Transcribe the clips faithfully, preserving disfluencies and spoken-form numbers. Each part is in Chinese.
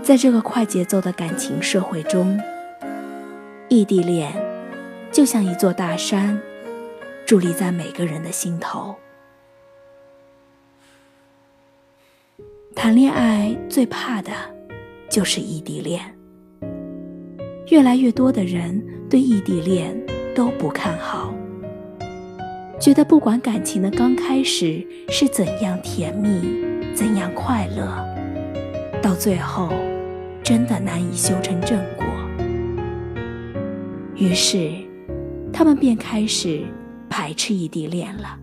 在这个快节奏的感情社会中，异地恋就像一座大山，伫立在每个人的心头。谈恋爱最怕的就是异地恋，越来越多的人对异地恋都不看好，觉得不管感情的刚开始是怎样甜蜜，怎样快乐，到最后真的难以修成正果。于是他们便开始排斥异地恋了。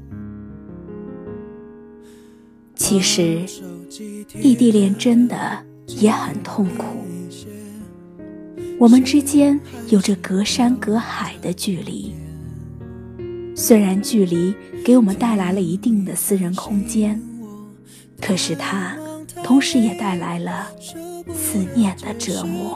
其实异地恋真的也很痛苦，我们之间有着隔山隔海的距离，虽然距离给我们带来了一定的私人空间，可是它同时也带来了思念的折磨。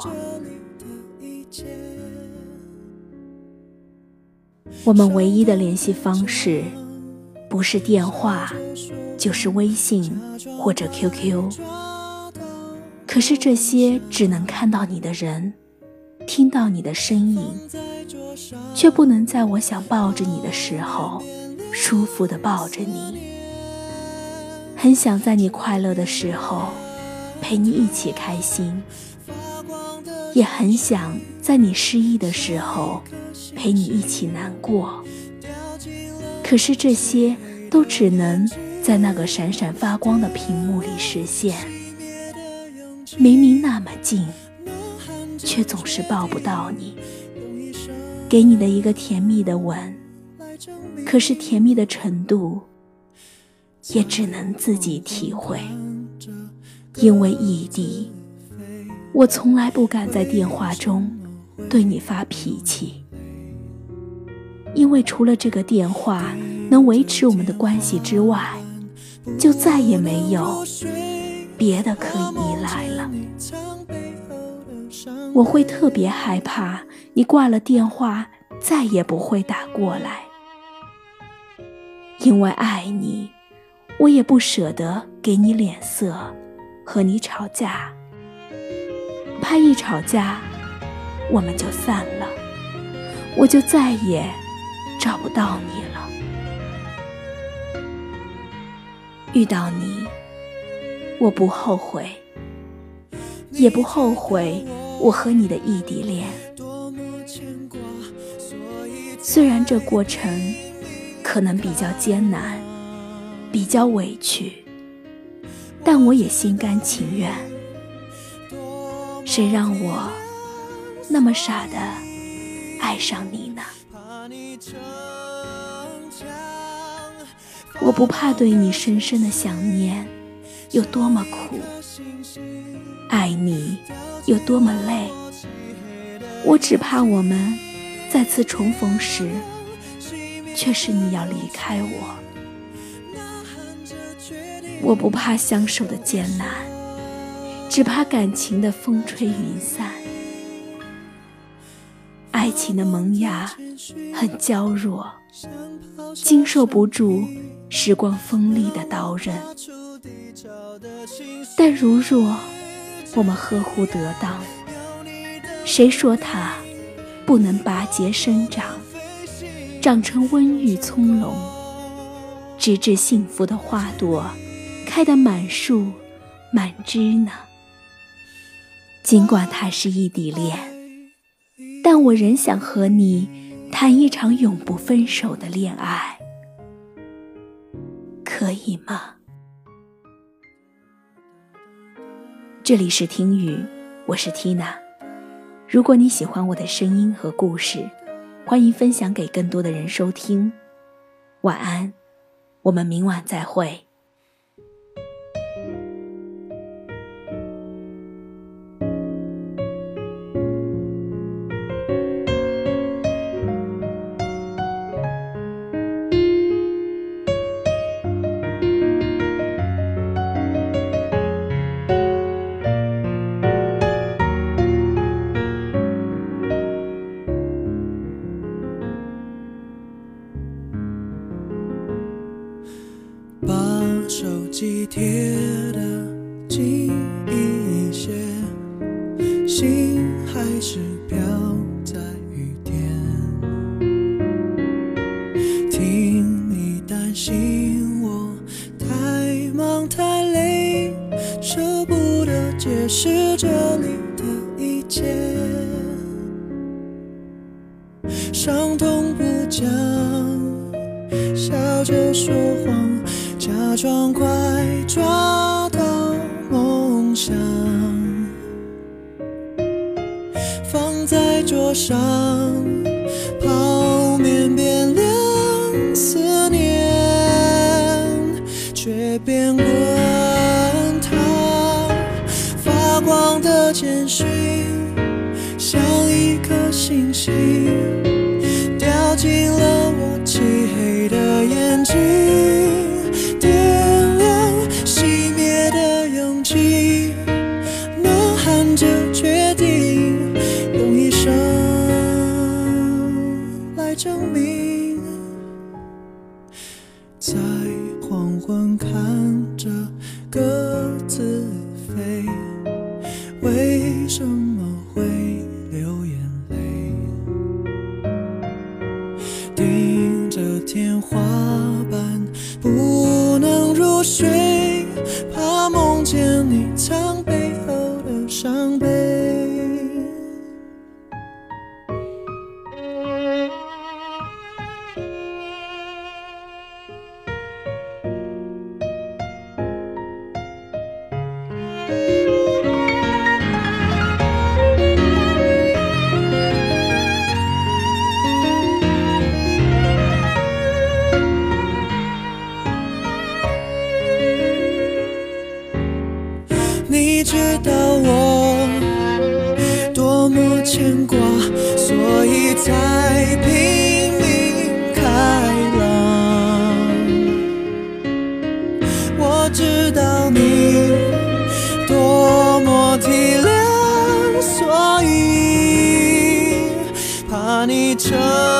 我们唯一的联系方式不是电话，就是微信或者 Q Q， 可是这些只能看到你的人，听到你的声音，却不能在我想抱着你的时候舒服地抱着你。很想在你快乐的时候陪你一起开心，也很想在你失意的时候陪你一起难过，可是这些都只能在那个闪闪发光的屏幕里实现。明明那么近，却总是抱不到你。给你的一个甜蜜的吻，可是甜蜜的程度也只能自己体会。因为异地，我从来不敢在电话中对你发脾气，因为除了这个电话能维持我们的关系之外，就再也没有别的可以依赖了。我会特别害怕你挂了电话再也不会打过来，因为爱你，我也不舍得给你脸色和你吵架，怕一吵架我们就散了，我就再也找不到你了。遇到你，我不后悔，也不后悔我和你的异地恋。虽然这过程可能比较艰难，比较委屈，但我也心甘情愿。谁让我那么傻的爱上你呢？我不怕对你深深的想念有多么苦，爱你有多么累，我只怕我们再次重逢时，却是你要离开我。我不怕相守的艰难，只怕感情的风吹云散。爱情的萌芽很娇弱，经受不住时光锋利的刀刃，但如若我们呵护得当，谁说它不能拔节生长，长成温郁葱茏，直至幸福的花朵开得满树满枝呢？尽管它是异地恋，但我仍想和你谈一场永不分手的恋爱，可以吗？这里是听雨，我是 Tina。 如果你喜欢我的声音和故事，欢迎分享给更多的人收听。晚安，我们明晚再会。 手机贴的近一些， 还是飘在雨点？听你担心我太忙太累，舍不得解释这里的一切，伤痛不讲，笑着说谎，假装快抓到梦想，放在桌上，泡面变凉，思念却变滚烫，发光的简讯像一颗星星，掉进了我漆黑的眼睛，点亮熄灭的勇气，呐喊着决定用一生来证明，在黄昏看着鸽子飞，为什么会流眼泪？盯着天花板不能入睡，怕梦见你藏背后的伤悲。你知道我多么牵挂，所以才拼命开朗。我知道你多么体谅，所以怕你逞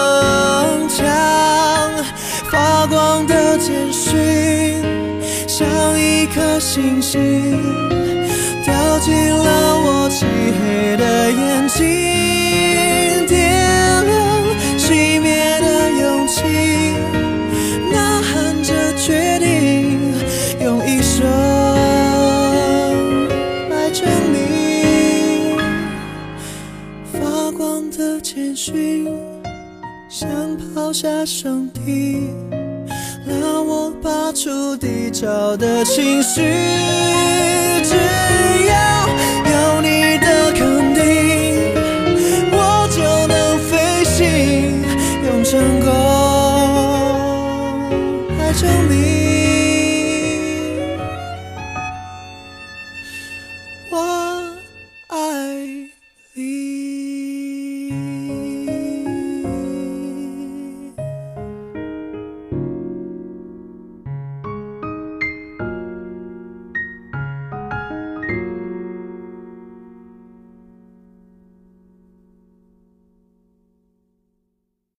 强，发光的简讯像一颗星星，掉进了我漆黑的眼睛，点亮熄灭的勇气，呐喊着决定用一生来证明，发光的简讯像抛下声体，拉我拔出低潮的情绪，